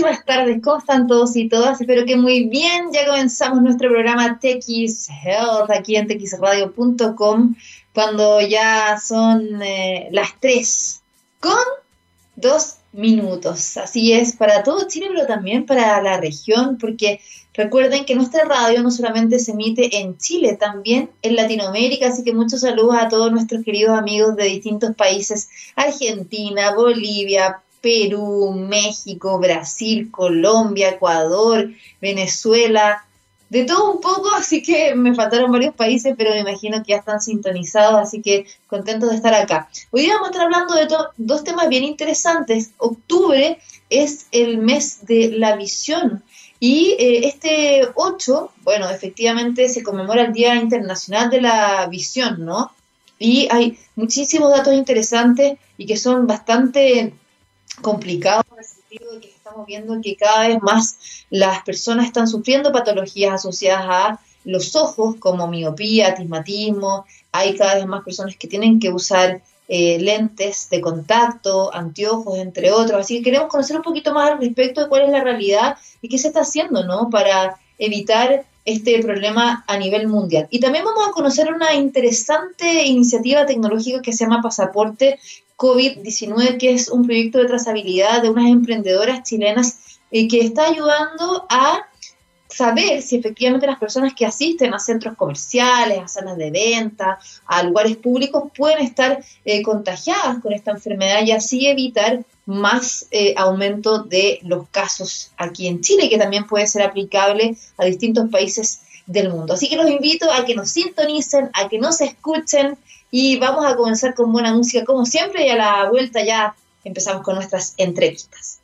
buenísimas tardes, ¿cómo están todos y todas? Espero que muy bien. Ya comenzamos nuestro programa TX Health aquí en txradio.com cuando ya son las 3 con 2 minutos. Así es, para todo Chile, pero también para la región, porque recuerden que nuestra radio no solamente se emite en Chile, también en Latinoamérica, así que muchos saludos a todos nuestros queridos amigos de distintos países: Argentina, Bolivia, Perú, México, Brasil, Colombia, Ecuador, Venezuela, de todo un poco, así que me faltaron varios países, pero me imagino que ya están sintonizados, así que contentos de estar acá. Hoy día vamos a estar hablando de dos temas bien interesantes. Octubre es el mes de la visión y este 8, bueno, efectivamente se conmemora el Día Internacional de la Visión, ¿no? Y hay muchísimos datos interesantes y que son bastante complicado en el sentido de que estamos viendo que cada vez más las personas están sufriendo patologías asociadas a los ojos, como miopía, astigmatismo. Hay cada vez más personas que tienen que usar lentes de contacto, anteojos, entre otros. Así que queremos conocer un poquito más al respecto de cuál es la realidad y qué se está haciendo, ¿no?, para evitar este problema a nivel mundial. Y también vamos a conocer una interesante iniciativa tecnológica que se llama Pasaporte COVID-19, que es un proyecto de trazabilidad de unas emprendedoras chilenas que está ayudando a saber si efectivamente las personas que asisten a centros comerciales, a salas de venta, a lugares públicos, pueden estar contagiadas con esta enfermedad y así evitar más aumento de los casos aquí en Chile, que también puede ser aplicable a distintos países del mundo. Así que los invito a que nos sintonicen, a que nos escuchen y vamos a comenzar con buena música como siempre y a la vuelta ya empezamos con nuestras entrevistas.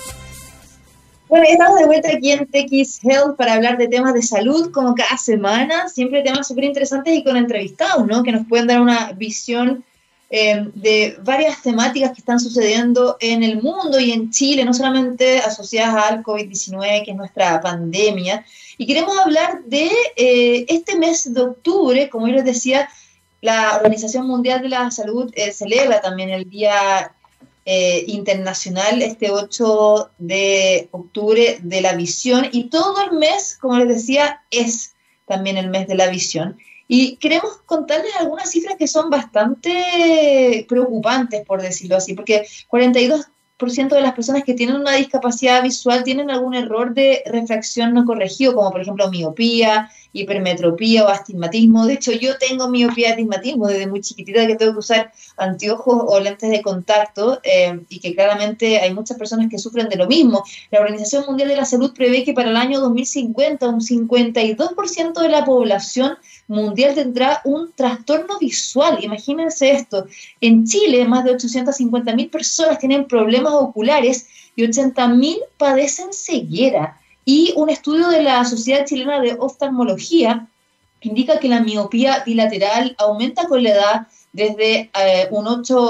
Bueno, ya estamos de vuelta aquí en TX Health para hablar de temas de salud como cada semana, siempre temas súper interesantes y con entrevistados, ¿no?, que nos pueden dar una visión de varias temáticas que están sucediendo en el mundo y en Chile, no solamente asociadas al COVID-19, que es nuestra pandemia. Y queremos hablar de este mes de octubre. Como yo les decía, la Organización Mundial de la Salud celebra también el Día Internacional, este 8 de octubre, de la visión, y todo el mes, como les decía, es también el mes de la visión. Y queremos contarles algunas cifras que son bastante preocupantes, por decirlo así, porque 42% de las personas que tienen una discapacidad visual tienen algún error de refracción no corregido, como por ejemplo miopía, hipermetropía o astigmatismo. De hecho, yo tengo miopía y astigmatismo desde muy chiquitita, que tengo que usar anteojos o lentes de contacto y que claramente hay muchas personas que sufren de lo mismo. La Organización Mundial de la Salud prevé que para el año 2050 un 52% de la población mundial tendrá un trastorno visual. Imagínense esto. En Chile, más de 850.000 personas tienen problemas oculares y 80.000 padecen ceguera. Y un estudio de la Sociedad Chilena de Oftalmología indica que la miopía bilateral aumenta con la edad desde un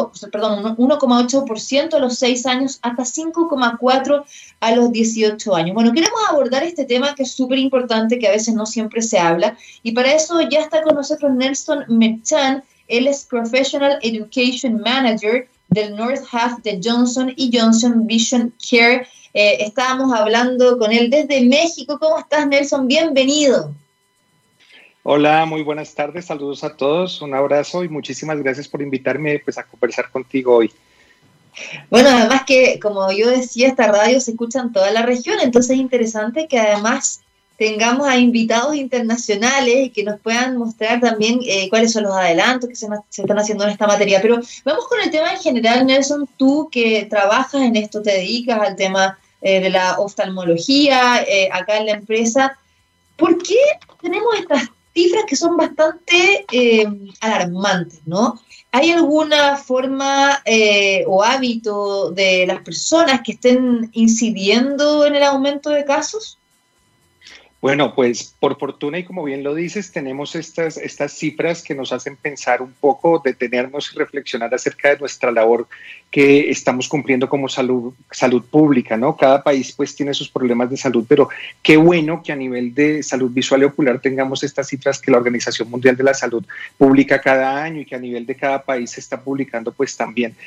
1,8% a los 6 años hasta 5,4% a los 18 años. Bueno, queremos abordar este tema que es súper importante, que a veces no siempre se habla, y para eso ya está con nosotros Nelson Merchan. Él es Professional Education Manager del North Half de Johnson & Johnson Vision Care. Estábamos hablando con él desde México. ¿Cómo estás, Nelson? Bienvenido. Hola, muy buenas tardes, saludos a todos, un abrazo y muchísimas gracias por invitarme a conversar contigo hoy. Bueno, además que, como yo decía, esta radio se escucha en toda la región, entonces es interesante que además tengamos a invitados internacionales y que nos puedan mostrar también cuáles son los adelantos que se están haciendo en esta materia. Pero vamos con el tema en general, Nelson. Tú que trabajas en esto, te dedicas al tema de la oftalmología acá en la empresa. ¿Por qué tenemos estas cifras que son bastante alarmantes, ¿no? ¿Hay alguna forma o hábito de las personas que estén incidiendo en el aumento de casos? Bueno, pues por fortuna y como bien lo dices, tenemos estas cifras que nos hacen pensar un poco, detenernos y reflexionar acerca de nuestra labor que estamos cumpliendo como salud pública, ¿no? Cada país pues tiene sus problemas de salud, pero qué bueno que a nivel de salud visual y ocular tengamos estas cifras que la Organización Mundial de la Salud publica cada año y que a nivel de cada país se está publicando pues también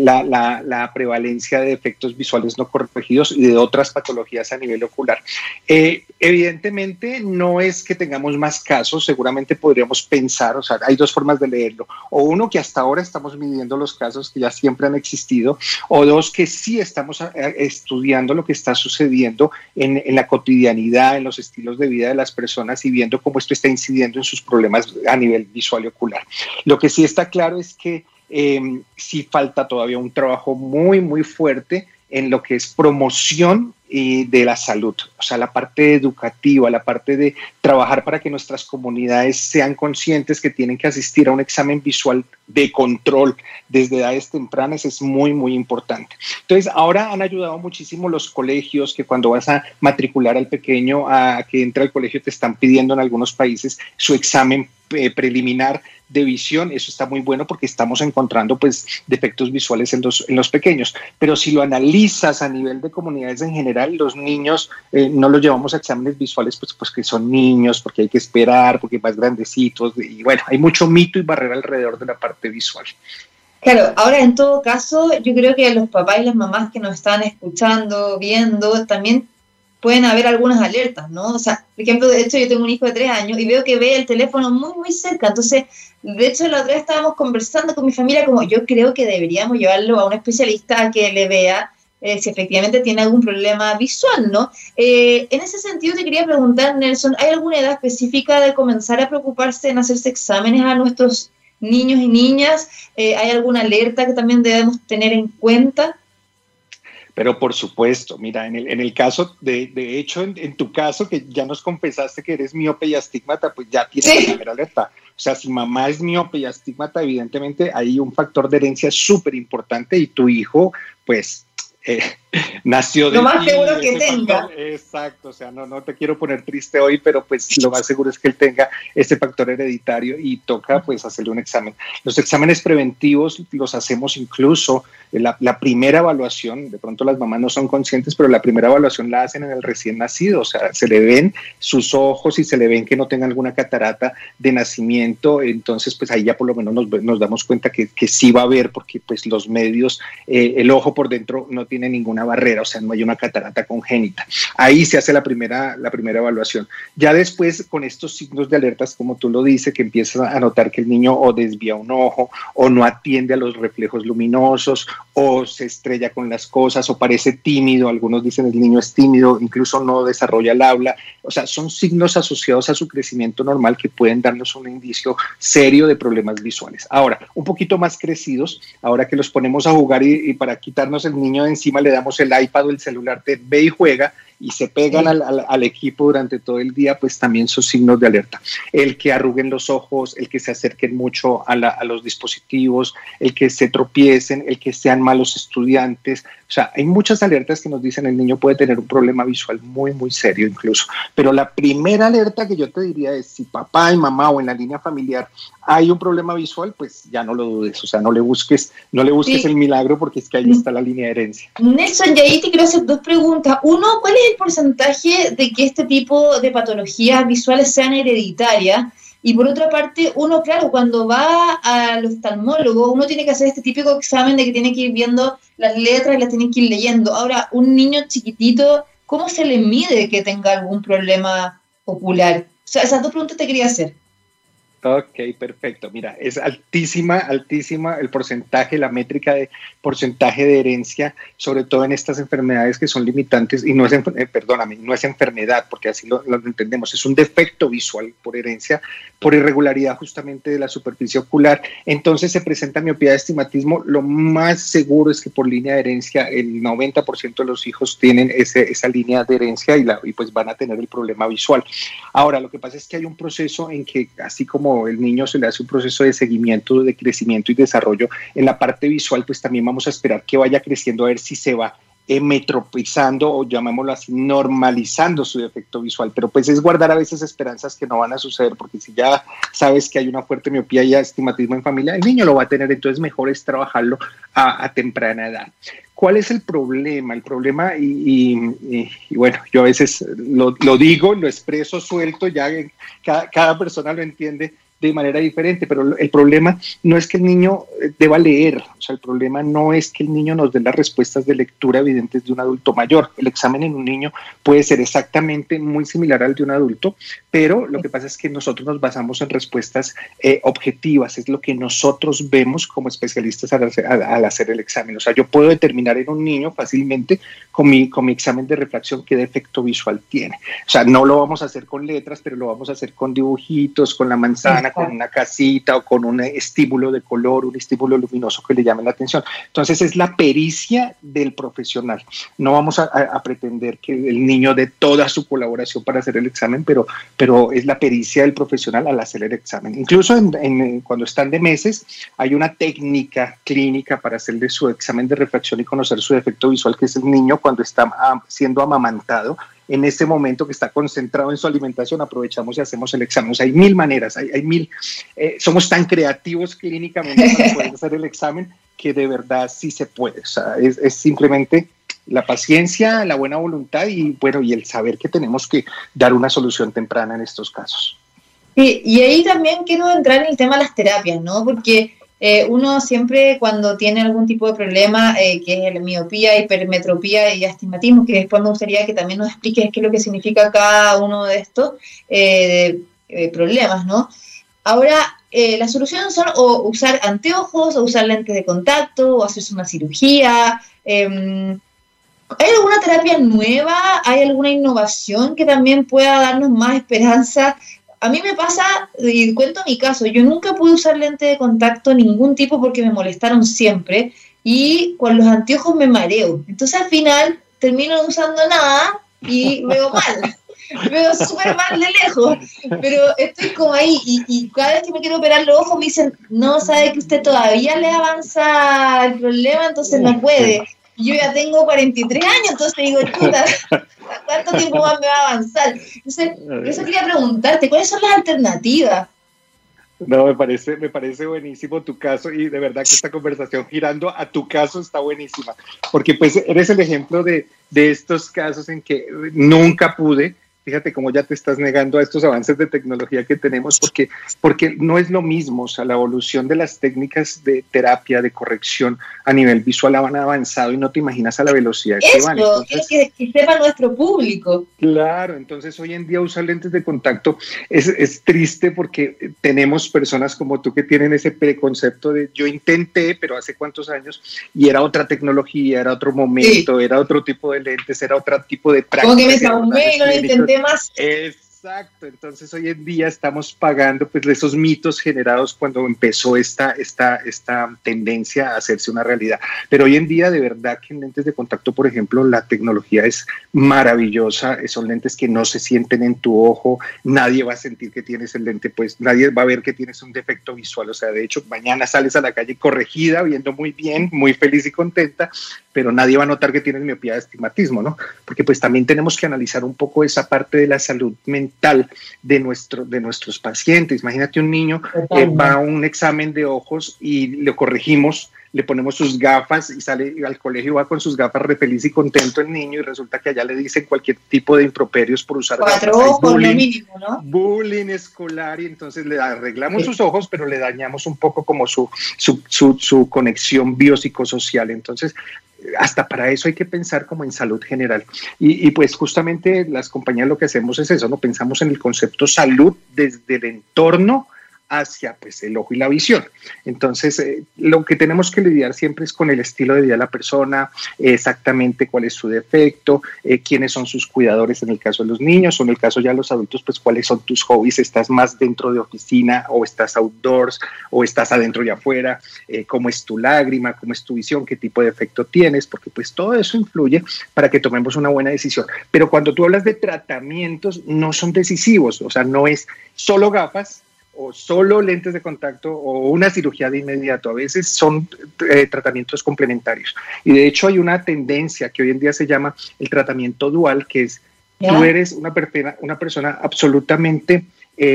la prevalencia de efectos visuales no corregidos y de otras patologías a nivel ocular. Evidentemente no es que tengamos más casos, seguramente podríamos pensar, o sea, hay dos formas de leerlo, o uno que hasta ahora estamos midiendo los casos que ya siempre han existido, o dos que sí estamos estudiando lo que está sucediendo en la cotidianidad, en los estilos de vida de las personas y viendo cómo esto está incidiendo en sus problemas a nivel visual y ocular. Lo que sí está claro es que sí falta todavía un trabajo muy, muy fuerte en lo que es promoción de la salud, o sea, la parte educativa, la parte de trabajar para que nuestras comunidades sean conscientes que tienen que asistir a un examen visual de control desde edades tempranas es muy, muy importante. Entonces, ahora han ayudado muchísimo los colegios que cuando vas a matricular al pequeño a que entre al colegio te están pidiendo en algunos países su examen preliminar de visión. Eso está muy bueno porque estamos encontrando pues defectos visuales en los pequeños, pero si lo analizas a nivel de comunidades en general, los niños no los llevamos a exámenes visuales pues que son niños, porque hay que esperar, porque más grandecitos y bueno, hay mucho mito y barrera alrededor de la parte visual. Claro, ahora en todo caso, yo creo que los papás y las mamás que nos están escuchando, viendo, también pueden haber algunas alertas, ¿no? O sea, por ejemplo, de hecho yo tengo un hijo de 3 años y veo que ve el teléfono muy, muy cerca. Entonces, de hecho, la otra vez estábamos conversando con mi familia como yo creo que deberíamos llevarlo a un especialista a que le vea si efectivamente tiene algún problema visual, ¿no? En ese sentido te quería preguntar, Nelson, ¿hay alguna edad específica de comenzar a preocuparse en hacerse exámenes a nuestros niños y niñas? ¿Hay alguna alerta que también debemos tener en cuenta? Pero por supuesto, mira, en el caso, de hecho, en tu caso, que ya nos confesaste que eres miope y astígmata, pues ya tienes la primera alerta. O sea, si mamá es miope y astígmata, evidentemente hay un factor de herencia súper importante y tu hijo, pues, nació de lo más seguro que tenga. Factor, exacto, o sea, no te quiero poner triste hoy, pero pues lo más seguro es que él tenga ese factor hereditario y toca pues hacerle un examen. Los exámenes preventivos los hacemos incluso, la primera evaluación, de pronto las mamás no son conscientes, pero la primera evaluación la hacen en el recién nacido, o sea, se le ven sus ojos y se le ven que no tenga alguna catarata de nacimiento, entonces pues ahí ya por lo menos nos damos cuenta que sí va a haber, porque pues los medios, el ojo por dentro no tiene ninguna barrera, o sea, no hay una catarata congénita. Ahí se hace la primera evaluación. Ya después, con estos signos de alertas, como tú lo dices, que empiezas a notar que el niño o desvía un ojo, o no atiende a los reflejos luminosos, o se estrella con las cosas, o parece tímido, algunos dicen el niño es tímido, incluso no desarrolla el habla, o sea, son signos asociados a su crecimiento normal que pueden darnos un indicio serio de problemas visuales. Ahora, un poquito más crecidos, ahora que los ponemos a jugar y para quitarnos el niño de encima le damos el iPad o el celular, te ve y juega y se pegan al equipo durante todo el día, pues también son signos de alerta. El que arruguen los ojos, el que se acerquen mucho a los dispositivos, el que se tropiecen, el que sean malos estudiantes. O sea, hay muchas alertas que nos dicen el niño puede tener un problema visual muy, muy serio incluso. Pero la primera alerta que yo te diría es si papá y mamá o en la línea familiar hay un problema visual, pues ya no lo dudes, o sea, no le busques sí. El milagro porque es que ahí está la línea de herencia. Nelson, y ahí te quiero hacer 2 preguntas. Uno, ¿cuál es el porcentaje de que este tipo de patologías visuales sean hereditarias? Y por otra parte, uno, claro, cuando va al oftalmólogo, uno tiene que hacer este típico examen de que tiene que ir viendo las letras y las tiene que ir leyendo. Ahora, un niño chiquitito, ¿cómo se le mide que tenga algún problema ocular? O sea, esas 2 preguntas te quería hacer. Ok, perfecto. Mira, es altísima el porcentaje, la métrica de porcentaje de herencia, sobre todo en estas enfermedades que son limitantes, y no es enfermedad, porque así lo entendemos, es un defecto visual por herencia, por irregularidad justamente de la superficie ocular. Entonces se presenta miopía de astigmatismo. Lo más seguro es que por línea de herencia el 90% de los hijos tienen esa línea de herencia y pues van a tener el problema visual. Ahora, lo que pasa es que hay un proceso en que, así como el niño se le hace un proceso de seguimiento, de crecimiento y desarrollo, en la parte visual pues también vamos a esperar que vaya creciendo a ver si se va metropizando o llamémoslo así, normalizando su defecto visual, pero pues es guardar a veces esperanzas que no van a suceder, porque si ya sabes que hay una fuerte miopía y astigmatismo en familia, el niño lo va a tener, entonces mejor es trabajarlo a temprana edad. ¿Cuál es el problema? El problema, y bueno, yo a veces lo digo, lo expreso suelto, ya cada persona lo entiende de manera diferente, pero el problema no es que el niño deba leer, o sea, el problema no es que el niño nos dé las respuestas de lectura evidentes de un adulto mayor. El examen en un niño puede ser exactamente muy similar al de un adulto, pero lo que pasa es que nosotros nos basamos en respuestas objetivas, es lo que nosotros vemos como especialistas al hacer el examen. O sea, yo puedo determinar en un niño fácilmente con mi examen de refracción qué defecto visual tiene. O sea, no lo vamos a hacer con letras, pero lo vamos a hacer con dibujitos, con la manzana, con una casita o con un estímulo de color, un estímulo luminoso que le llame la atención. Entonces es la pericia del profesional. No vamos a pretender que el niño dé toda su colaboración para hacer el examen, pero es la pericia del profesional al hacer el examen. Incluso cuando están de meses hay una técnica clínica para hacerle su examen de refracción y conocer su defecto visual, que es el niño cuando está siendo amamantado. En este momento que está concentrado en su alimentación, aprovechamos y hacemos el examen. O sea, hay mil maneras, hay mil, somos tan creativos clínicamente para poder hacer el examen que de verdad sí se puede. O sea, es simplemente la paciencia, la buena voluntad y bueno, y el saber que tenemos que dar una solución temprana en estos casos. Y ahí también quiero entrar en el tema de las terapias, ¿no? Porque uno siempre cuando tiene algún tipo de problema, que es la miopía, hipermetropía y astigmatismo, que después me gustaría que también nos expliques qué es lo que significa cada uno de estos problemas, ¿no? Ahora, las soluciones son o usar anteojos, o usar lentes de contacto, o hacerse una cirugía. ¿Hay alguna terapia nueva? ¿Hay alguna innovación que también pueda darnos más esperanza? A mí me pasa, y cuento mi caso, yo nunca pude usar lente de contacto ningún tipo porque me molestaron siempre y con los anteojos me mareo. Entonces al final termino no usando nada y veo mal. Veo súper mal de lejos, pero estoy como ahí y cada vez que me quiero operar los ojos me dicen, no, sabe que usted todavía le avanza el problema, entonces no puede. Yo ya tengo 43 años, entonces digo, chuta, ¿cuánto tiempo más me va a avanzar? Entonces, por eso quería preguntarte, ¿cuáles son las alternativas? No, me parece buenísimo tu caso y de verdad que esta conversación girando a tu caso está buenísima, porque pues eres el ejemplo de estos casos en que nunca pude. Fíjate cómo ya te estás negando a estos avances de tecnología que tenemos, porque no es lo mismo. O sea, la evolución de las técnicas de terapia, de corrección a nivel visual han avanzado y no te imaginas a la velocidad que van. Entonces, que sepa nuestro público. Claro, entonces hoy en día usar lentes de contacto es triste porque tenemos personas como tú que tienen ese preconcepto de yo intenté, pero hace cuántos años, y era otra tecnología, era otro momento, sí. Era otro tipo de lentes, era otro tipo de práctica. Como que me traumé y no lo intenté más. Exacto, entonces hoy en día estamos pagando pues esos mitos generados cuando empezó esta tendencia a hacerse una realidad, pero hoy en día de verdad que en lentes de contacto, por ejemplo, la tecnología es maravillosa, son lentes que no se sienten en tu ojo, nadie va a sentir que tienes el lente, pues nadie va a ver que tienes un defecto visual, o sea, de hecho mañana sales a la calle corregida, viendo muy bien, muy feliz y contenta, pero nadie va a notar que tienes miopía de astigmatismo, ¿no? Porque pues también tenemos que analizar un poco esa parte de la salud mental de nuestros pacientes. Imagínate un niño que va a un examen de ojos y lo corregimos, le ponemos sus gafas y sale al colegio y va con sus gafas re feliz y contento el niño y resulta que allá le dicen cualquier tipo de improperios por usar 4 gafas. Ojos, bullying, lo mínimo, ¿no? Bullying escolar y entonces le arreglamos sus ojos, pero le dañamos un poco como su conexión biopsicosocial. Entonces, hasta para eso hay que pensar como en salud general y pues justamente las compañías lo que hacemos es eso, no pensamos en el concepto salud desde el entorno hacia pues el ojo y la visión. Entonces lo que tenemos que lidiar siempre es con el estilo de vida de la persona, exactamente cuál es su defecto, quiénes son sus cuidadores en el caso de los niños, o en el caso ya de los adultos, pues cuáles son tus hobbies, estás más dentro de oficina o estás outdoors o estás adentro y afuera, cómo es tu lágrima, cómo es tu visión, qué tipo de defecto tienes, porque pues todo eso influye para que tomemos una buena decisión. Pero cuando tú hablas de tratamientos no son decisivos, o sea, no es solo gafas o solo lentes de contacto o una cirugía de inmediato. A veces son tratamientos complementarios. Y de hecho hay una tendencia que hoy en día se llama el tratamiento dual, que es tú eres una persona absolutamente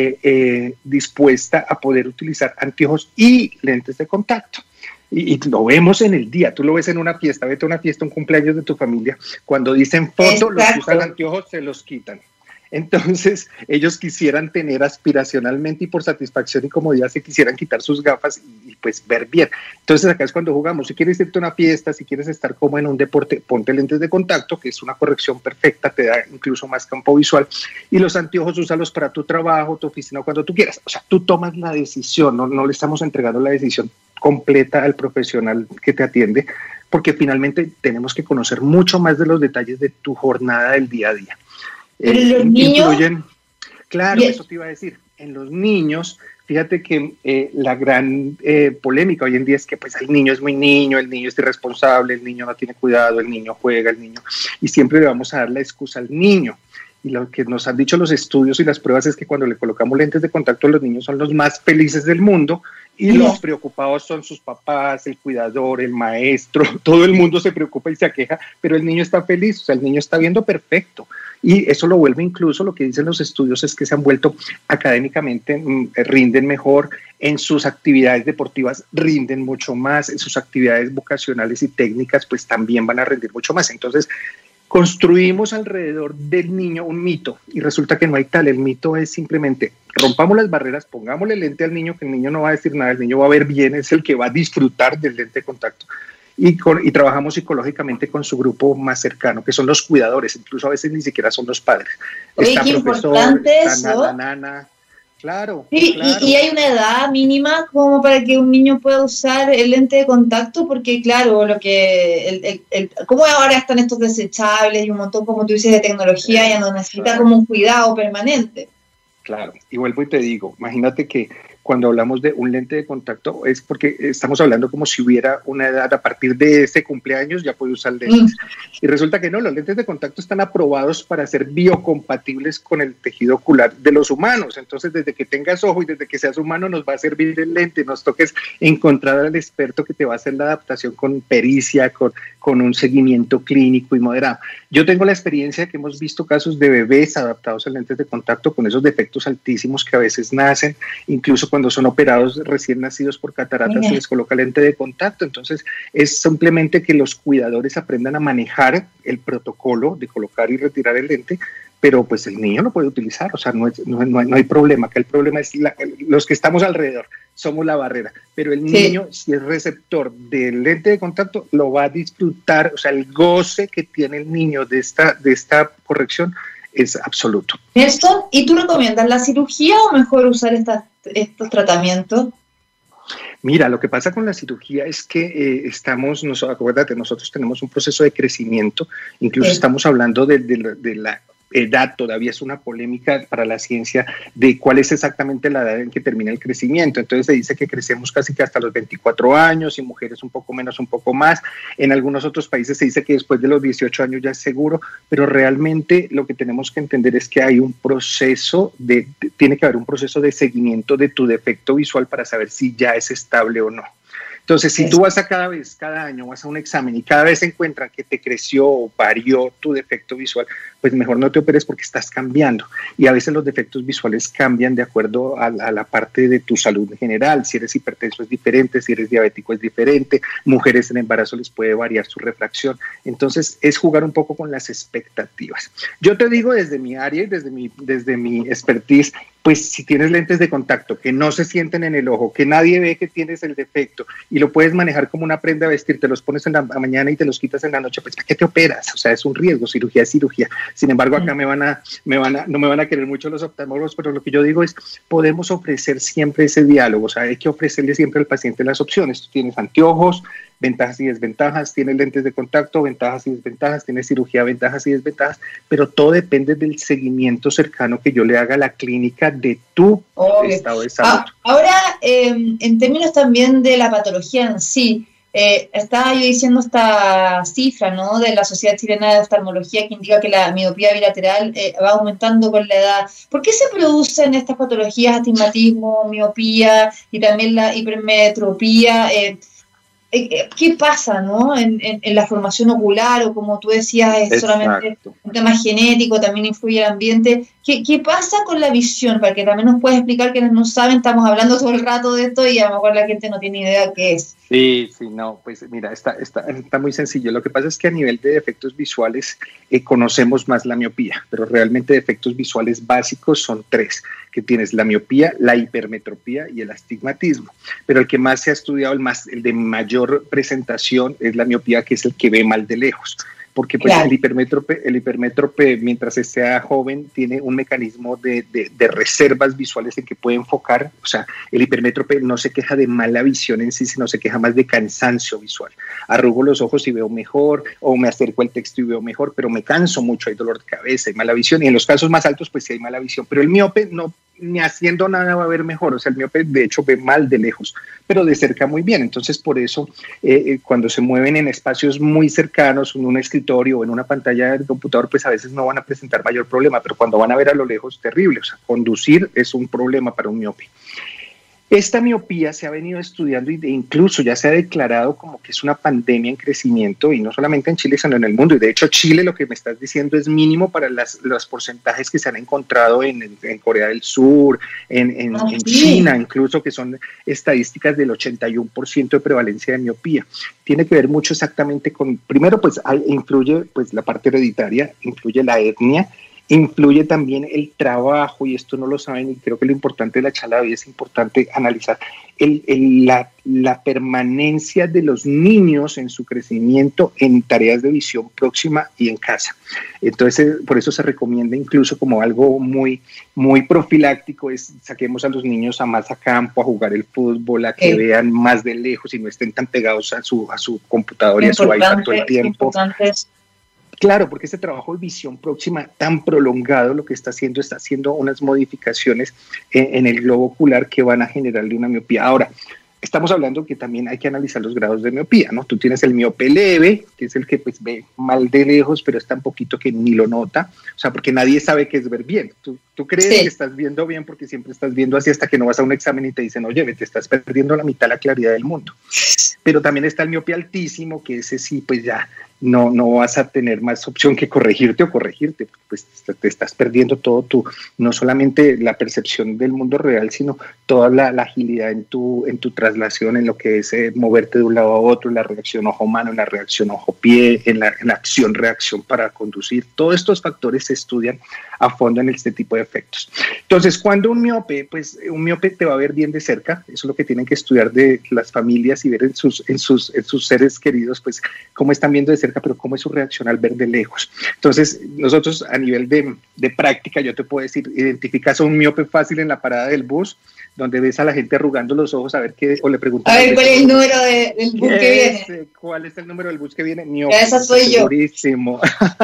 dispuesta a poder utilizar anteojos y lentes de contacto. Y lo vemos en el día, tú lo ves en una fiesta, vete a una fiesta, un cumpleaños de tu familia, cuando dicen foto, los que usan anteojos se los quitan. Entonces, ellos quisieran tener aspiracionalmente y por satisfacción y comodidad se quisieran quitar sus gafas y pues ver bien. Entonces, acá es cuando jugamos. Si quieres irte a una fiesta, si quieres estar como en un deporte, ponte lentes de contacto, que es una corrección perfecta, te da incluso más campo visual. Y los anteojos, úsalos para tu trabajo, tu oficina, cuando tú quieras. O sea, tú tomas la decisión, no le estamos entregando la decisión completa al profesional que te atiende, porque finalmente tenemos que conocer mucho más de los detalles de tu jornada del día a día. Pero los niños... Claro, eso te iba a decir. En los niños, fíjate que la gran polémica hoy en día es que pues el niño es muy niño, el niño es irresponsable, el niño no tiene cuidado, el niño juega, el niño... Y siempre le vamos a dar la excusa al niño. Y lo que nos han dicho los estudios y las pruebas es que cuando le colocamos lentes de contacto, los niños son los más felices del mundo y los preocupados son sus papás, el cuidador, el maestro, todo el mundo se preocupa y se aqueja, pero el niño está feliz, o sea, el niño está viendo perfecto. Y eso lo vuelve incluso, lo que dicen los estudios es que se han vuelto académicamente, rinden mejor, en sus actividades deportivas rinden mucho más, en sus actividades vocacionales y técnicas pues también van a rendir mucho más. Entonces, construimos alrededor del niño un mito y resulta que no hay tal. El mito es simplemente rompamos las barreras, pongámosle lente al niño, que el niño no va a decir nada, el niño va a ver bien, es el que va a disfrutar del lente de contacto. Y trabajamos psicológicamente con su grupo más cercano, que son los cuidadores, incluso a veces ni siquiera son los padres. Oye, está qué profesor, importante está eso. La nana. Claro, sí, claro. Y hay una edad mínima como para que un niño pueda usar el lente de contacto, porque claro, como ahora están estos desechables y un montón, como tú dices, de tecnología, ya no necesita como un cuidado permanente. Claro, y vuelvo y te digo, imagínate que cuando hablamos de un lente de contacto es porque estamos hablando como si hubiera una edad a partir de ese cumpleaños ya puede usar lentes. Y resulta que no, los lentes de contacto están aprobados para ser biocompatibles con el tejido ocular de los humanos. Entonces, desde que tengas ojo y desde que seas humano nos va a servir el lente. Nos toques encontrar al experto que te va a hacer la adaptación con pericia, con un seguimiento clínico y moderado. Yo tengo la experiencia de que hemos visto casos de bebés adaptados a lentes de contacto con esos defectos altísimos que a veces nacen, incluso cuando son operados recién nacidos por cataratas se les coloca lente de contacto. Entonces es simplemente que los cuidadores aprendan a manejar el protocolo de colocar y retirar el lente, pero pues el niño lo puede utilizar, o sea, no hay problema, que el problema es los que estamos alrededor, somos la barrera, pero el niño, si es receptor del lente de contacto, lo va a disfrutar, o sea, el goce que tiene el niño de esta corrección es absoluto. Nelson, ¿y tú recomiendas la cirugía o mejor usar estos tratamientos? Mira, lo que pasa con la cirugía es que acuérdate, nosotros tenemos un proceso de crecimiento, incluso estamos hablando de la edad, todavía es una polémica para la ciencia de cuál es exactamente la edad en que termina el crecimiento. Entonces se dice que crecemos casi que hasta los 24 años y mujeres un poco menos, un poco más. En algunos otros países se dice que después de los 18 años ya es seguro, pero realmente lo que tenemos que entender es que hay un proceso tiene que haber un proceso de seguimiento de tu defecto visual para saber si ya es estable o no. Entonces, si tú vas cada año vas a un examen y cada vez encuentran que te creció o varió tu defecto visual, pues mejor no te operes porque estás cambiando. Y a veces los defectos visuales cambian de acuerdo a la parte de tu salud en general. Si eres hipertenso es diferente, si eres diabético es diferente, mujeres en embarazo les puede variar su refracción. Entonces, es jugar un poco con las expectativas. Yo te digo desde mi área y desde mi expertise, pues si tienes lentes de contacto que no se sienten en el ojo, que nadie ve que tienes el defecto y lo puedes manejar como una prenda a vestir, te los pones en la mañana y te los quitas en la noche, pues ¿para qué te operas? O sea, es un riesgo, cirugía es cirugía. Sin embargo, acá no me van a querer mucho los oftalmólogos, pero lo que yo digo es, podemos ofrecer siempre ese diálogo, o sea, hay que ofrecerle siempre al paciente las opciones. Tú tienes anteojos, ventajas y desventajas, tienes lentes de contacto, ventajas y desventajas, tienes cirugía, ventajas y desventajas, pero todo depende del seguimiento cercano que yo le haga a la clínica de tu estado de salud. Ahora, en términos también de la patología en sí, estaba yo diciendo esta cifra, ¿no?, de la Sociedad Chilena de Oftalmología, que indica que la miopía bilateral va aumentando con la edad. ¿Por qué se producen estas patologías, astigmatismo, miopía y también la hipermetropía? ¿Qué pasa, ¿no?, en la formación ocular, o como tú decías, es solamente un tema genético, también influye el ambiente? ¿Qué pasa con la visión? Para que también nos puedas explicar, quienes no saben, estamos hablando todo el rato de esto y a lo mejor la gente no tiene idea qué es. Sí, no, pues mira, está muy sencillo. Lo que pasa es que a nivel de defectos visuales conocemos más la miopía, pero realmente defectos visuales básicos son 3, que tienes la miopía, la hipermetropía y el astigmatismo. Pero el que más se ha estudiado, el de mayor presentación, es la miopía, que es el que ve mal de lejos. Porque pues, claro, el hipermétrope, mientras sea joven, tiene un mecanismo de reservas visuales en que puede enfocar. O sea, el hipermétrope no se queja de mala visión en sí, sino se queja más de cansancio visual. Arrugo los ojos y veo mejor, o me acerco al texto y veo mejor, pero me canso mucho, hay dolor de cabeza, hay mala visión, y en los casos más altos pues sí hay mala visión. Pero el miope no, ni haciendo nada va a ver mejor. O sea, el miope de hecho ve mal de lejos, pero de cerca muy bien. Entonces por eso cuando se mueven en espacios muy cercanos, en un escritorio o en una pantalla del computador, pues a veces no van a presentar mayor problema, pero cuando van a ver a lo lejos, terrible. O sea, conducir es un problema para un miope. Esta miopía se ha venido estudiando e incluso ya se ha declarado como que es una pandemia en crecimiento, y no solamente en Chile, sino en el mundo. Y de hecho Chile, lo que me estás diciendo, es mínimo para los porcentajes que se han encontrado en Corea del Sur, en China incluso, que son estadísticas del 81% de prevalencia de miopía. Tiene que ver mucho exactamente con, primero pues influye pues la parte hereditaria, influye la etnia, influye también el trabajo, y esto no lo saben, y creo que lo importante de la charla de hoy es importante analizar la permanencia de los niños en su crecimiento en tareas de visión próxima y en casa. Entonces, por eso se recomienda incluso como algo muy, muy profiláctico, es saquemos a los niños a más a campo, a jugar el fútbol, a que vean más de lejos y no estén tan pegados a su computador y a su iPad todo el tiempo. Claro, porque este trabajo de visión próxima tan prolongado lo que está haciendo unas modificaciones en el globo ocular que van a generarle una miopía. Ahora, estamos hablando que también hay que analizar los grados de miopía, ¿no? Tú tienes el miope leve, que es el que pues ve mal de lejos, pero es tan poquito que ni lo nota, o sea, porque nadie sabe qué es ver bien. Tú crees que estás viendo bien porque siempre estás viendo así, hasta que no vas a un examen y te dicen, oye, te estás perdiendo la mitad de la claridad del mundo. Pero también está el miope altísimo, que ese sí, pues ya no vas a tener más opción que corregirte, pues te estás perdiendo todo no solamente la percepción del mundo real, sino toda la agilidad en tu traslación, en lo que es moverte de un lado a otro, en la reacción ojo-mano, en la reacción ojo-pie, en la acción-reacción para conducir. Todos estos factores se estudian a fondo en este tipo de efectos. Entonces, cuando un miope te va a ver bien de cerca, eso es lo que tienen que estudiar de las familias y ver en sus seres queridos, pues cómo están viendo de cerca, pero cómo es su reacción al ver de lejos. Entonces, nosotros a nivel de práctica, yo te puedo decir, identificas a un miope fácil en la parada del bus, donde ves a la gente arrugando los ojos a ver qué, o le preguntas. A ver, ¿cuál es el número del bus que viene? ¿Cuál es el número del bus que viene? Miope. Esa soy segurísimo.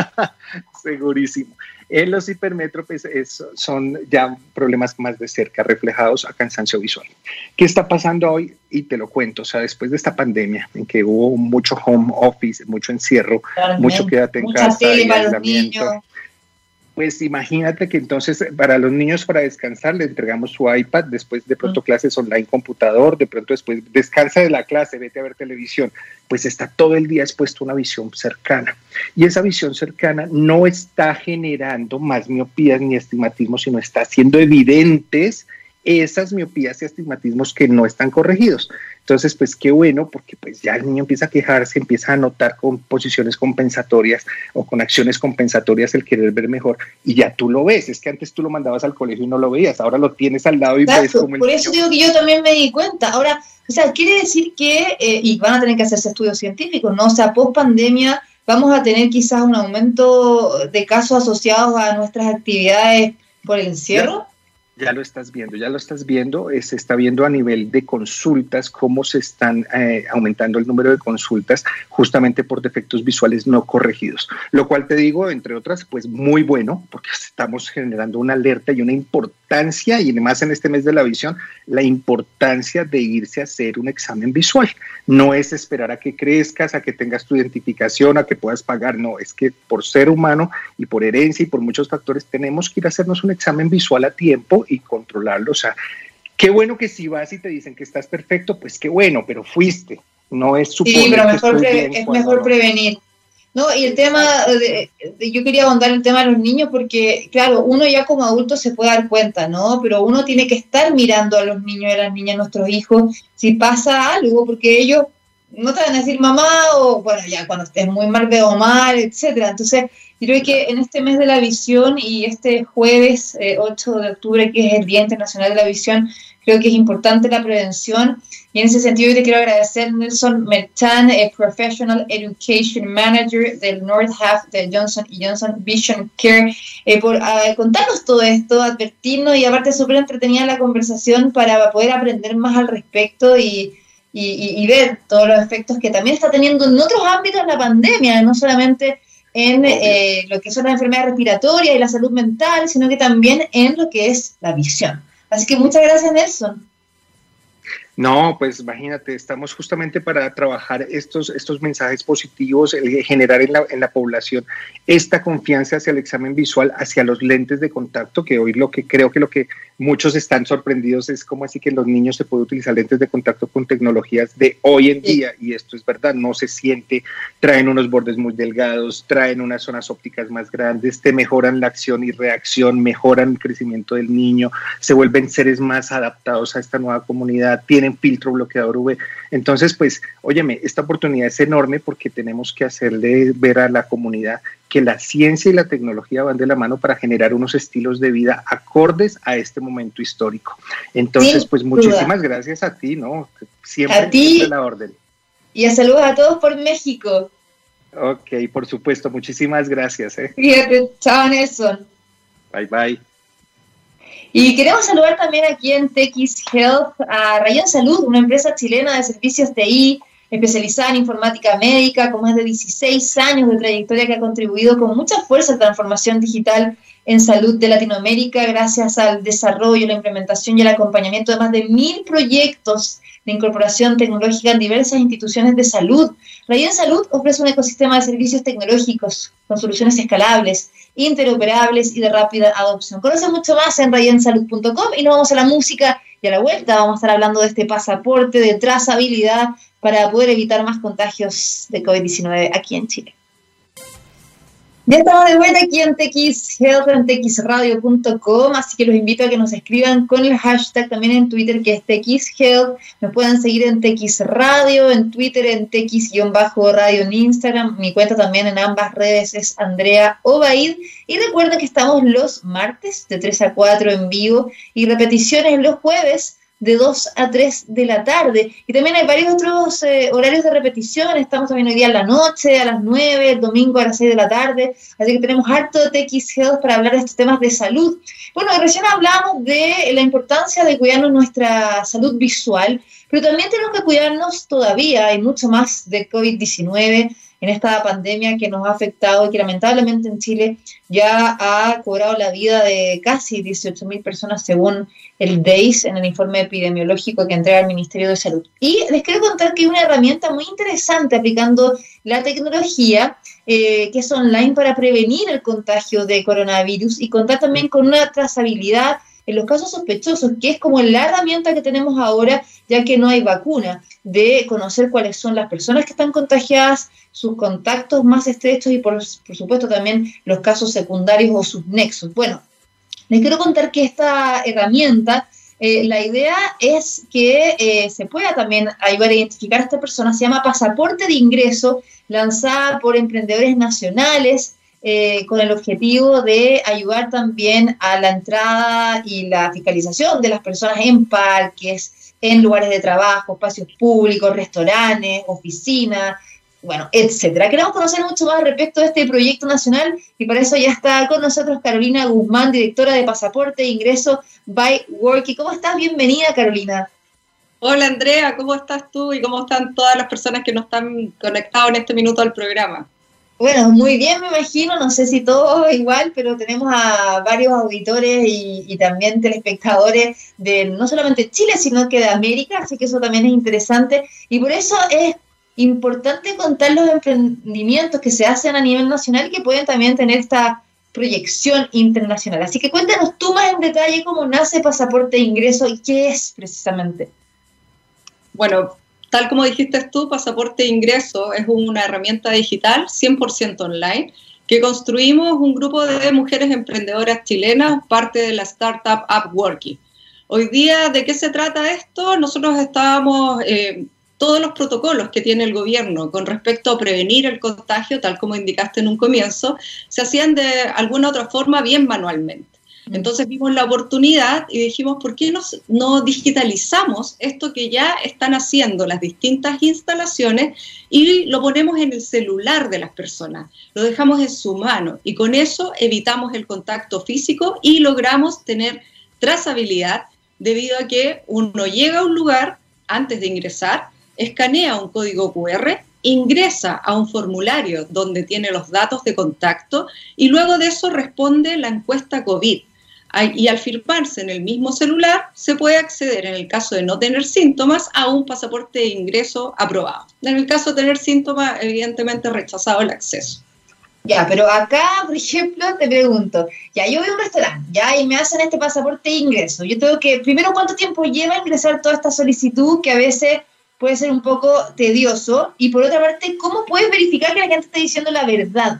Segurísimo. En los hipermétropes son ya problemas más de cerca, reflejados a cansancio visual. ¿Qué está pasando hoy? Y te lo cuento, o sea, después de esta pandemia, en que hubo mucho home office, mucho encierro, mucho quédate en casa, tele para los niños. Pues imagínate que entonces para los niños, para descansar, le entregamos su iPad, después de pronto clases online, computador, de pronto después descansa de la clase, vete a ver televisión, pues está todo el día expuesto a una visión cercana. Y esa visión cercana no está generando más miopías ni astigmatismos, sino está haciendo evidentes esas miopías y astigmatismos que no están corregidos. Entonces, pues qué bueno, porque pues ya el niño empieza a quejarse, empieza a notar con posiciones compensatorias o con acciones compensatorias el querer ver mejor, y ya tú lo ves. Es que antes tú lo mandabas al colegio y no lo veías, ahora lo tienes al lado y ves como el por eso digo que yo también me di cuenta. Ahora, o sea, quiere decir que, y van a tener que hacerse estudios científicos, ¿no? O sea, post pandemia vamos a tener quizás un aumento de casos asociados a nuestras actividades por el encierro. Ya lo estás viendo, se está viendo a nivel de consultas cómo se están aumentando el número de consultas justamente por defectos visuales no corregidos, lo cual te digo, entre otras, pues muy bueno, porque estamos generando una alerta y una importancia, y además en este mes de la visión, la importancia de irse a hacer un examen visual. No es esperar a que crezcas, a que tengas tu identificación, a que puedas pagar, no, es que por ser humano y por herencia y por muchos factores tenemos que ir a hacernos un examen visual a tiempo y controlarlo. O sea, qué bueno que si vas y te dicen que estás perfecto, pues qué bueno, pero fuiste. No es suponer sí, pero mejor es mejor prevenir. No, y el tema, yo quería ahondar el tema de los niños porque, claro, uno ya como adulto se puede dar cuenta, ¿no? Pero uno tiene que estar mirando a los niños y a las niñas, nuestros hijos, si pasa algo, porque ellos no te van a decir mamá o, bueno, ya cuando estés muy mal veo mal, etcétera. Entonces, yo creo que en este mes de la visión y este jueves 8 de octubre, que es el Día Internacional de la Visión, creo que es importante la prevención. Y en ese sentido, yo te quiero agradecer, Nelson Merchan, Professional Education Manager del North Half de Johnson & Johnson Vision Care, por contarnos todo esto, advertirnos, y aparte súper entretenida la conversación para poder aprender más al respecto y ver todos los efectos que también está teniendo en otros ámbitos la pandemia, no solamente en lo que son las enfermedades respiratorias y la salud mental, sino que también en lo que es la visión. Así que muchas gracias, Nelson. No, pues imagínate, estamos justamente para trabajar estos mensajes positivos, generar en la población esta confianza hacia el examen visual, hacia los lentes de contacto, que hoy lo que muchos están sorprendidos es cómo así que los niños se puede utilizar lentes de contacto con tecnologías de hoy en día, y esto es verdad, no se siente, traen unos bordes muy delgados, traen unas zonas ópticas más grandes, te mejoran la acción y reacción, mejoran el crecimiento del niño, se vuelven seres más adaptados a esta nueva comunidad, tienen filtro bloqueador UV. Entonces, pues, óyeme, esta oportunidad es enorme porque tenemos que hacerle ver a la comunidad que la ciencia y la tecnología van de la mano para generar unos estilos de vida acordes a este momento histórico. Entonces, sí, pues muchísimas gracias a ti, ¿no? Siempre a ti, siempre la orden. Y a saludos a todos por México. Ok, por supuesto, muchísimas gracias. Fíjate, chao, Nelson. Bye, bye. Y queremos saludar también aquí en TX Health a Rayon Salud, una empresa chilena de servicios TI, especializada en informática médica, con más de 16 años de trayectoria, que ha contribuido con mucha fuerza a la transformación digital en salud de Latinoamérica, gracias al desarrollo, la implementación y el acompañamiento de más de 1.000 proyectos de incorporación tecnológica en diversas instituciones de salud. Rayon Salud ofrece un ecosistema de servicios tecnológicos con soluciones escalables, interoperables y de rápida adopción. Conoce mucho más en rayensalud.com y nos vamos a la música, y a la vuelta vamos a estar hablando de este pasaporte de trazabilidad para poder evitar más contagios de COVID-19 aquí en Chile. Ya estamos de vuelta aquí en TX Health, en txradio.com, así que los invito a que nos escriban con el hashtag también en Twitter, que es TX Health. Nos pueden seguir en TX Radio, en Twitter, en TX-radio en Instagram. Mi cuenta también en ambas redes es Andrea Obaid. Y recuerden que estamos los martes de 3 a 4 en vivo y repeticiones los jueves de 2 a 3 de la tarde. Y también hay varios otros horarios de repetición. Estamos también hoy día en la noche, a las 9, el domingo a las 6 de la tarde. Así que tenemos harto de TX Health para hablar de estos temas de salud. Bueno, recién hablamos de la importancia de cuidarnos nuestra salud visual, pero también tenemos que cuidarnos todavía, hay mucho más de COVID-19 en esta pandemia que nos ha afectado y que lamentablemente en Chile ya ha cobrado la vida de casi 18.000 personas según el DEIS en el informe epidemiológico que entrega el Ministerio de Salud. Y les quiero contar que hay una herramienta muy interesante aplicando la tecnología que es online para prevenir el contagio de coronavirus y contar también con una trazabilidad en los casos sospechosos, que es como la herramienta que tenemos ahora, ya que no hay vacuna, de conocer cuáles son las personas que están contagiadas, sus contactos más estrechos y, por supuesto, también los casos secundarios o sus nexos. Bueno, les quiero contar que esta herramienta, la idea es que se pueda también ayudar a identificar a esta persona. Se llama Pasaporte de Ingreso, lanzada por emprendedores nacionales, con el objetivo de ayudar también a la entrada y la fiscalización de las personas en parques, en lugares de trabajo, espacios públicos, restaurantes, oficinas, bueno, etcétera. Queremos conocer mucho más respecto de este proyecto nacional y para eso ya está con nosotros Carolina Guzmán, directora de Pasaporte e Ingreso by Worky. ¿Cómo estás? Bienvenida, Carolina. Hola, Andrea, ¿cómo estás tú y cómo están todas las personas que nos están conectados en este minuto al programa? Bueno, muy bien, me imagino, no sé si todo igual, pero tenemos a varios auditores y también telespectadores de no solamente Chile, sino que de América, así que eso también es interesante y por eso es importante contar los emprendimientos que se hacen a nivel nacional y que pueden también tener esta proyección internacional. Así que cuéntanos tú más en detalle cómo nace Pasaporte de Ingreso y qué es precisamente. Bueno, tal como dijiste tú, Pasaporte de Ingreso es una herramienta digital 100% online que construimos un grupo de mujeres emprendedoras chilenas, parte de la startup Upworky. Hoy día, ¿de qué se trata esto? Nosotros estábamos... todos los protocolos que tiene el gobierno con respecto a prevenir el contagio, tal como indicaste en un comienzo, se hacían de alguna otra forma bien manualmente. Entonces vimos la oportunidad y dijimos, ¿por qué no digitalizamos esto que ya están haciendo las distintas instalaciones y lo ponemos en el celular de las personas? Lo dejamos en su mano y con eso evitamos el contacto físico y logramos tener trazabilidad debido a que uno llega a un lugar antes de ingresar, escanea un código QR, ingresa a un formulario donde tiene los datos de contacto y luego de eso responde la encuesta COVID. Y al firmarse en el mismo celular se puede acceder, en el caso de no tener síntomas, a un pasaporte de ingreso aprobado. En el caso de tener síntomas, evidentemente rechazado el acceso. Ya, pero acá, por ejemplo, te pregunto, ya yo voy a un restaurante, ya, y me hacen este pasaporte de ingreso. Yo tengo que, primero, ¿cuánto tiempo lleva ingresar toda esta solicitud que a veces puede ser un poco tedioso? Y por otra parte, ¿cómo puedes verificar que la gente está diciendo la verdad?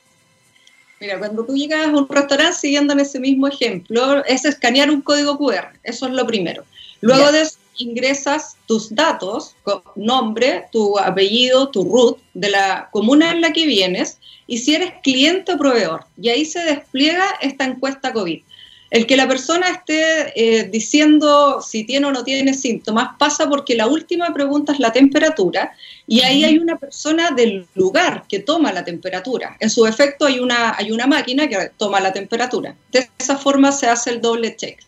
Mira, cuando tú llegas a un restaurante, siguiendo en ese mismo ejemplo, es escanear un código QR, eso es lo primero. Luego de eso, ingresas tus datos, nombre, tu apellido, tu root, de la comuna en la que vienes, y si eres cliente o proveedor. Y ahí se despliega esta encuesta COVID. El que la persona esté diciendo si tiene o no tiene síntomas pasa porque la última pregunta es la temperatura y ahí hay una persona del lugar que toma la temperatura. En su efecto hay una máquina que toma la temperatura. De esa forma se hace el doble check.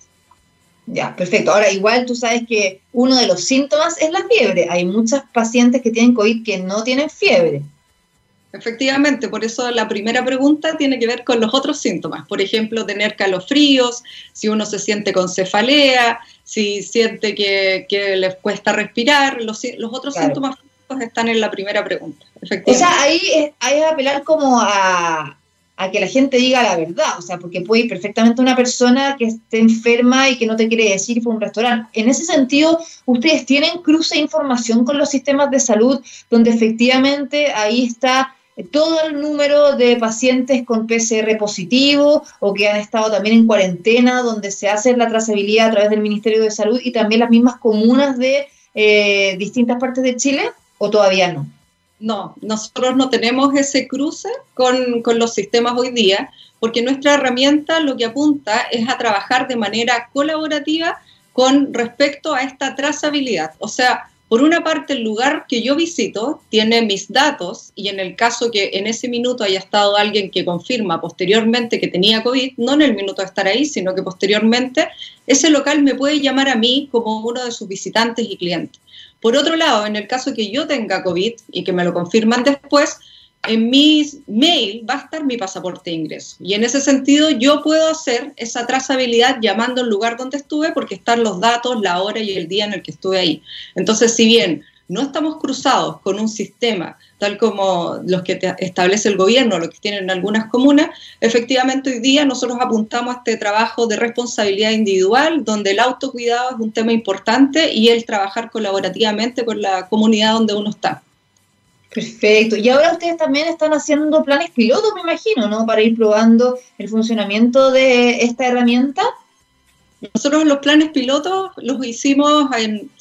Ya, perfecto. Ahora, igual tú sabes que uno de los síntomas es la fiebre. Hay muchos pacientes que tienen COVID que no tienen fiebre. Efectivamente, por eso la primera pregunta tiene que ver con los otros síntomas. Por ejemplo, tener calofríos, si uno se siente con cefalea, si siente que les cuesta respirar, los otros síntomas físicos están en la primera pregunta. O sea, ahí es apelar como a que la gente diga la verdad, o sea, porque puede ir perfectamente una persona que esté enferma y que no te quiere decir y fue a un restaurante. En ese sentido, ¿ustedes tienen cruce de información con los sistemas de salud donde efectivamente ahí está todo el número de pacientes con PCR positivo o que han estado también en cuarentena, donde se hace la trazabilidad a través del Ministerio de Salud y también las mismas comunas de distintas partes de Chile, o todavía no? No, nosotros no tenemos ese cruce con los sistemas hoy día, porque nuestra herramienta lo que apunta es a trabajar de manera colaborativa con respecto a esta trazabilidad. O sea, por una parte, el lugar que yo visito tiene mis datos y en el caso que en ese minuto haya estado alguien que confirma posteriormente que tenía COVID, no en el minuto de estar ahí, sino que posteriormente, ese local me puede llamar a mí como uno de sus visitantes y clientes. Por otro lado, en el caso que yo tenga COVID y que me lo confirman después, en mi mail va a estar mi pasaporte de ingreso. Y en ese sentido yo puedo hacer esa trazabilidad llamando al lugar donde estuve porque están los datos, la hora y el día en el que estuve ahí. Entonces, si bien no estamos cruzados con un sistema tal como los que establece el gobierno, los que tienen algunas comunas, efectivamente hoy día nosotros apuntamos a este trabajo de responsabilidad individual, donde el autocuidado es un tema importante y el trabajar colaborativamente con la comunidad donde uno está. Perfecto. Y ahora ustedes también están haciendo planes pilotos, me imagino, ¿no? Para ir probando el funcionamiento de esta herramienta. Nosotros los planes pilotos los hicimos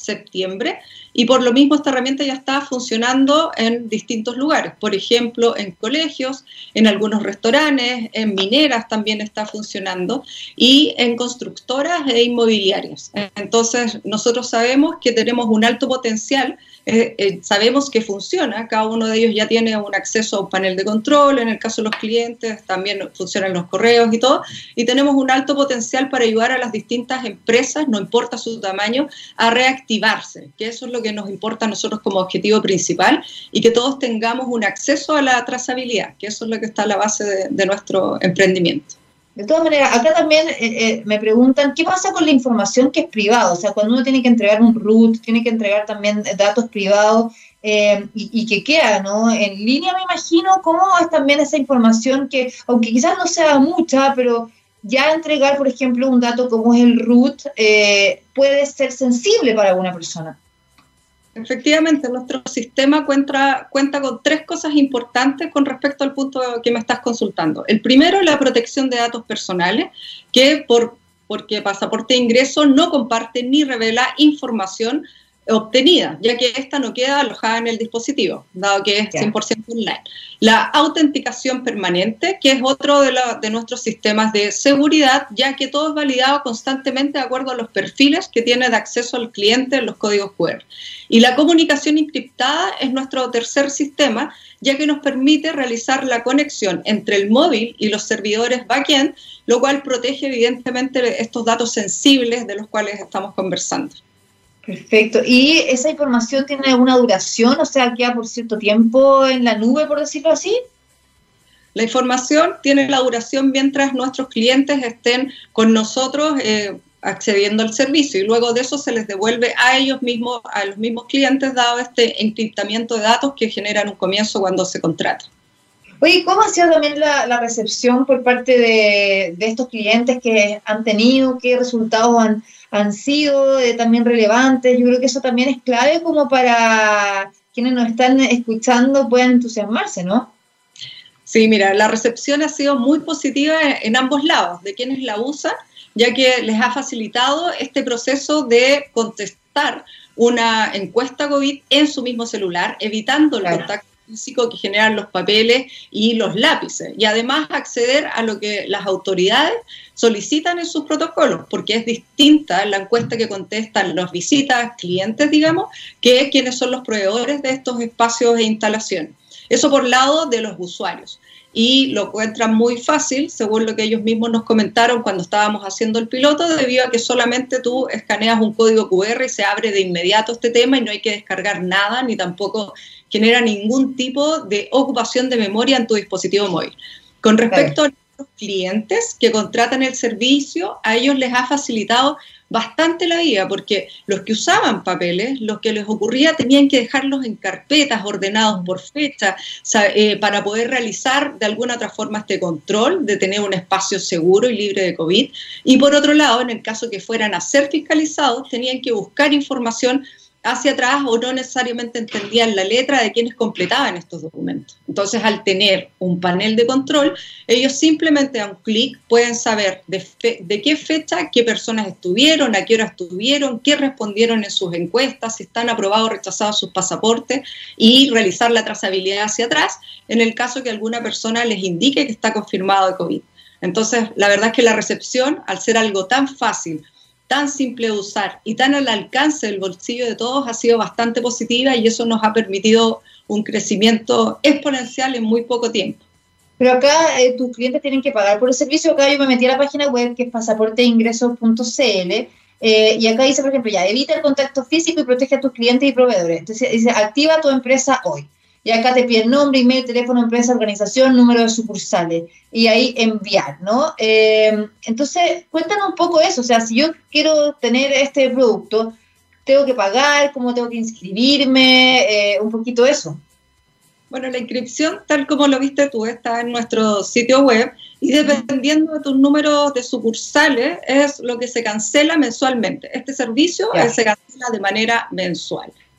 septiembre, y por lo mismo esta herramienta ya está funcionando en distintos lugares, por ejemplo, en colegios, en algunos restaurantes, en mineras también está funcionando, y en constructoras e inmobiliarias. Entonces, nosotros sabemos que tenemos un alto potencial, sabemos que funciona, cada uno de ellos ya tiene un acceso a un panel de control, en el caso de los clientes también funcionan los correos y todo, y tenemos un alto potencial para ayudar a las distintas empresas, no importa su tamaño, a reactivarse, que eso es lo que nos importa a nosotros como objetivo principal, y que todos tengamos un acceso a la trazabilidad, que eso es lo que está a la base de nuestro emprendimiento. De todas maneras, acá también me preguntan, ¿qué pasa con la información que es privada? O sea, cuando uno tiene que entregar un root, tiene que entregar también datos privados y que queda, ¿no? En línea, me imagino, ¿cómo es también esa información que, aunque quizás no sea mucha, pero ya entregar, por ejemplo, un dato como es el root, puede ser sensible para alguna persona? Efectivamente, nuestro sistema cuenta con 3 cosas importantes con respecto al punto que me estás consultando. El primero, la protección de datos personales, que porque Pasaporte de Ingreso no comparte ni revela información obtenida, ya que esta no queda alojada en el dispositivo, dado que es 100% online. La autenticación permanente, que es otro de nuestros sistemas de seguridad, ya que todo es validado constantemente de acuerdo a los perfiles que tiene de acceso al cliente en los códigos QR. Y la comunicación encriptada es nuestro tercer sistema, ya que nos permite realizar la conexión entre el móvil y los servidores backend, lo cual protege evidentemente estos datos sensibles de los cuales estamos conversando. Perfecto. ¿Y esa información tiene alguna duración? O sea, ¿queda por cierto tiempo en la nube, por decirlo así? La información tiene la duración mientras nuestros clientes estén con nosotros accediendo al servicio, y luego de eso se les devuelve a ellos mismos, a los mismos clientes, dado este encriptamiento de datos que generan un comienzo cuando se contrata. Oye, ¿cómo ha sido también la recepción por parte de estos clientes que han tenido? ¿Qué resultados han sido también relevantes? Yo creo que eso también es clave como para quienes nos están escuchando puedan entusiasmarse, ¿no? Sí, mira, la recepción ha sido muy positiva en ambos lados, de quienes la usan, ya que les ha facilitado este proceso de contestar una encuesta COVID en su mismo celular, evitando el contacto físico que generan los papeles y los lápices, y además acceder a lo que las autoridades solicitan en sus protocolos, porque es distinta la encuesta que contestan los visitas, clientes, digamos, que quienes son los proveedores de estos espacios e instalaciones. Eso por lado de los usuarios. Y lo encuentran muy fácil, según lo que ellos mismos nos comentaron cuando estábamos haciendo el piloto, debido a que solamente tú escaneas un código QR y se abre de inmediato este tema y no hay que descargar nada, ni tampoco genera ningún tipo de ocupación de memoria en tu dispositivo móvil. Con respecto a los clientes que contratan el servicio, a ellos les ha facilitado bastante la vida, porque los que usaban papeles, lo que les ocurría, tenían que dejarlos en carpetas ordenados por fecha para poder realizar de alguna otra forma este control de tener un espacio seguro y libre de COVID. Y por otro lado, en el caso que fueran a ser fiscalizados, tenían que buscar información hacia atrás o no necesariamente entendían la letra de quienes completaban estos documentos. Entonces, al tener un panel de control, ellos simplemente a un clic pueden saber de qué fecha, qué personas estuvieron, a qué hora estuvieron, qué respondieron en sus encuestas, si están aprobados o rechazados sus pasaportes, y realizar la trazabilidad hacia atrás en el caso que alguna persona les indique que está confirmado de COVID. Entonces, la verdad es que la recepción, al ser algo tan fácil, tan simple de usar y tan al alcance del bolsillo de todos, ha sido bastante positiva, y eso nos ha permitido un crecimiento exponencial en muy poco tiempo. Pero acá tus clientes tienen que pagar por el servicio. Acá yo me metí a la página web, que es pasaporteingreso.cl, y acá dice, por ejemplo, evita el contacto físico y protege a tus clientes y proveedores. Entonces dice, activa tu empresa hoy. Y acá te piden nombre, email, teléfono, empresa, organización, número de sucursales. Y ahí enviar, ¿no? Entonces, cuéntanos un poco eso. O sea, si yo quiero tener este producto, ¿tengo que pagar? ¿Cómo tengo que inscribirme? Un poquito eso. Bueno, la inscripción, tal como lo viste tú, está en nuestro sitio web, y dependiendo de tus números de sucursales, es lo que se cancela mensualmente. Este servicio se cancela de manera mensual.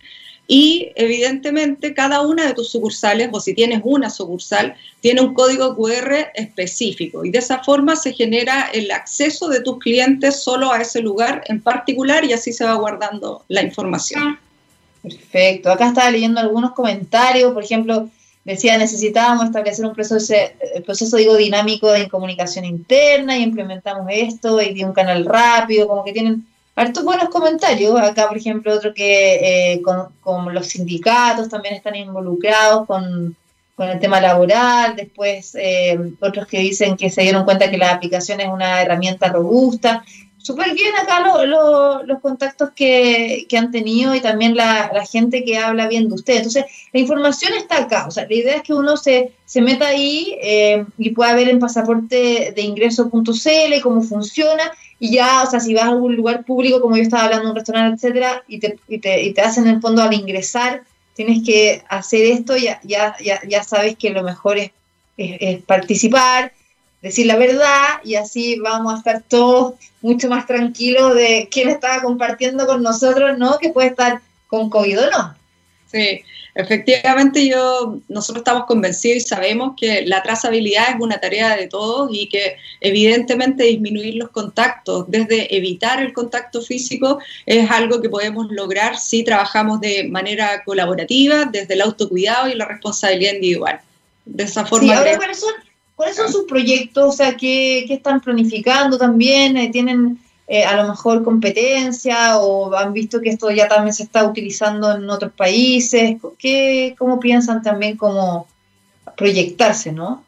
y evidentemente cada una de tus sucursales, o si tienes una sucursal, tiene un código QR específico y de esa forma se genera el acceso de tus clientes solo a ese lugar en particular y así se va guardando la información. Perfecto. Acá estaba leyendo algunos comentarios, por ejemplo, decía necesitábamos establecer un proceso dinámico de comunicación interna y implementamos esto y de un canal rápido, como que tienen hartos buenos comentarios. Acá, por ejemplo, otro que con los sindicatos también están involucrados con el tema laboral. Después, otros que dicen que se dieron cuenta que la aplicación es una herramienta robusta. Súper bien acá los contactos que han tenido y también la gente que habla bien de ustedes. Entonces, la información está acá. O sea, la idea es que uno se meta ahí y pueda ver en pasaporte de ingreso.cl cómo funciona. Y ya, o sea, si vas a algún lugar público, como yo estaba hablando, un restaurante, etcétera, y te hacen en el fondo al ingresar, tienes que hacer esto, ya sabes que lo mejor es participar, decir la verdad, y así vamos a estar todos mucho más tranquilos de quién estaba compartiendo con nosotros, ¿no? Que puede estar con COVID o no. Sí, efectivamente nosotros estamos convencidos y sabemos que la trazabilidad es una tarea de todos y que evidentemente disminuir los contactos, desde evitar el contacto físico, es algo que podemos lograr si trabajamos de manera colaborativa, desde el autocuidado y la responsabilidad individual. De esa forma. Sí, ahora, ¿cuáles son sus proyectos? O sea, ¿qué están planificando también? ¿Tienen a lo mejor competencia o han visto que esto ya también se está utilizando en otros países? ¿Cómo piensan también cómo proyectarse, no?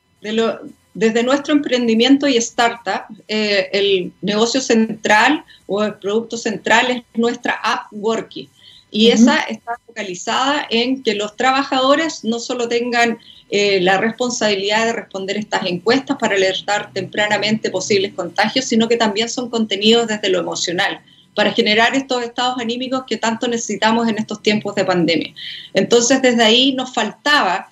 Desde nuestro emprendimiento y startup, el negocio central o el producto central es nuestra app Worky. Y esa está focalizada en que los trabajadores no solo tengan la responsabilidad de responder estas encuestas para alertar tempranamente posibles contagios, sino que también son contenidos desde lo emocional, para generar estos estados anímicos que tanto necesitamos en estos tiempos de pandemia. Entonces, desde ahí nos faltaba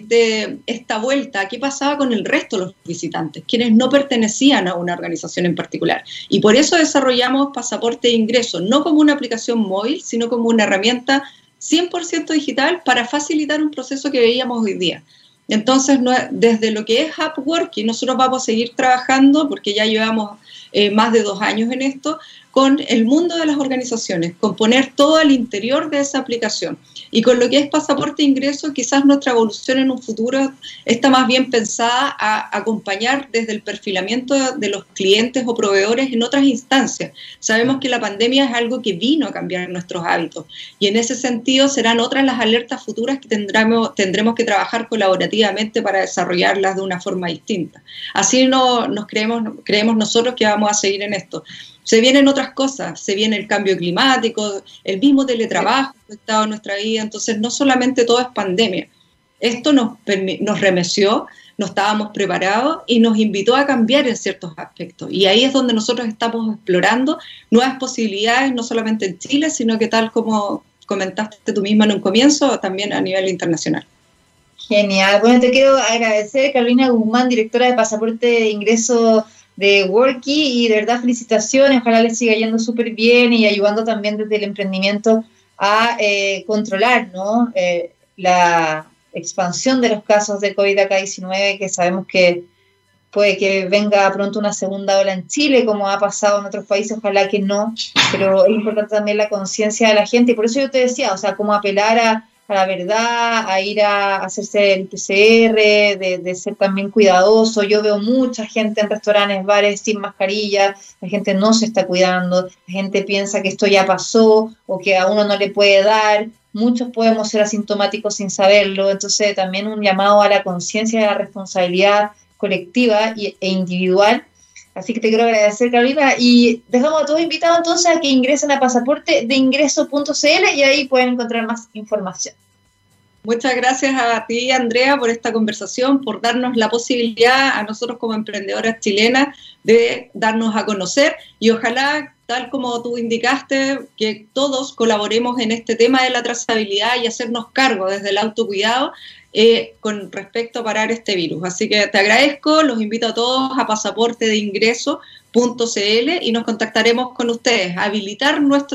esta vuelta. ¿Qué pasaba con el resto de los visitantes, quienes no pertenecían a una organización en particular? Y por eso desarrollamos Pasaporte de Ingreso, no como una aplicación móvil, sino como una herramienta 100% digital para facilitar un proceso que veíamos hoy día. Entonces, desde lo que es Upwork, nosotros vamos a seguir trabajando, porque ya llevamos más de 2 años en esto, con el mundo de las organizaciones, con poner todo al interior de esa aplicación. Y con lo que es Pasaporte de Ingreso, quizás nuestra evolución en un futuro está más bien pensada a acompañar desde el perfilamiento de los clientes o proveedores en otras instancias. Sabemos que la pandemia es algo que vino a cambiar nuestros hábitos y en ese sentido serán otras las alertas futuras que tendremos que trabajar colaborativamente para desarrollarlas de una forma distinta. Así nos creemos nosotros que vamos a seguir en esto. Se vienen otras cosas, se viene el cambio climático, el mismo teletrabajo que ha afectado nuestra vida, entonces no solamente todo es pandemia. Esto nos remeció, no estábamos preparados y nos invitó a cambiar en ciertos aspectos. Y ahí es donde nosotros estamos explorando nuevas posibilidades, no solamente en Chile, sino que tal como comentaste tú misma en un comienzo, también a nivel internacional. Genial. Bueno, te quiero agradecer, Carolina Guzmán, directora de Pasaporte de Ingreso de Worky, y de verdad felicitaciones, ojalá les siga yendo súper bien y ayudando también desde el emprendimiento a controlar, ¿no? La expansión de los casos de COVID-19, que sabemos que puede que venga pronto una segunda ola en Chile, como ha pasado en otros países, ojalá que no, pero es importante también la conciencia de la gente, y por eso yo te decía, o sea, cómo apelar a la verdad, a ir a hacerse el PCR, de ser también cuidadoso. Yo veo mucha gente en restaurantes, bares sin mascarilla, la gente no se está cuidando, la gente piensa que esto ya pasó o que a uno no le puede dar. Muchos podemos ser asintomáticos sin saberlo, entonces también un llamado a la conciencia y a la responsabilidad colectiva e individual. Así que te quiero agradecer, Carolina, y dejamos a todos invitados entonces a que ingresen a pasaporte de ingreso.cl y ahí pueden encontrar más información. Muchas gracias a ti, Andrea, por esta conversación, por darnos la posibilidad a nosotros como emprendedoras chilenas de darnos a conocer y ojalá, tal como tú indicaste, que todos colaboremos en este tema de la trazabilidad y hacernos cargo desde el autocuidado con respecto a parar este virus. Así que te agradezco, los invito a todos a pasaportedeingreso.cl y nos contactaremos con ustedes, habilitar nuestro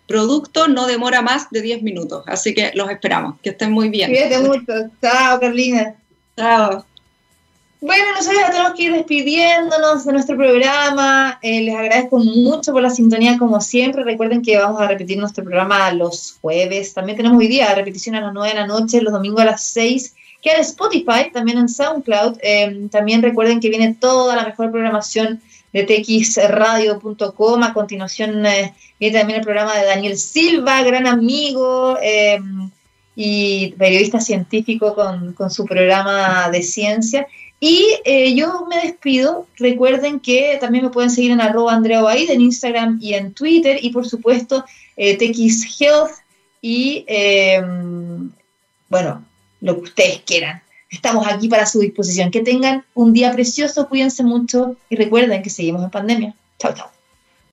producto no demora más de 10 minutos, así que los esperamos. Que estén muy bien. Cuídate mucho. Chao, Carolina. Chao. Bueno, nosotros ya tenemos que ir despidiéndonos de nuestro programa. Les agradezco mucho por la sintonía, como siempre. Recuerden que vamos a repetir nuestro programa los jueves. También tenemos hoy día repetición a las 9 de la noche, los domingos a las 6. Queda en Spotify, también en SoundCloud. También recuerden que viene toda la mejor programación de txradio.com. A continuación viene también el programa de Daniel Silva, gran amigo y periodista científico con su programa de ciencia. Y yo me despido. Recuerden que también me pueden seguir en @AndreaObaid en Instagram y en Twitter. Y por supuesto, TX Health. Y bueno, lo que ustedes quieran. Estamos aquí para su disposición. Que tengan un día precioso, cuídense mucho y recuerden que seguimos en pandemia. Chao, chao.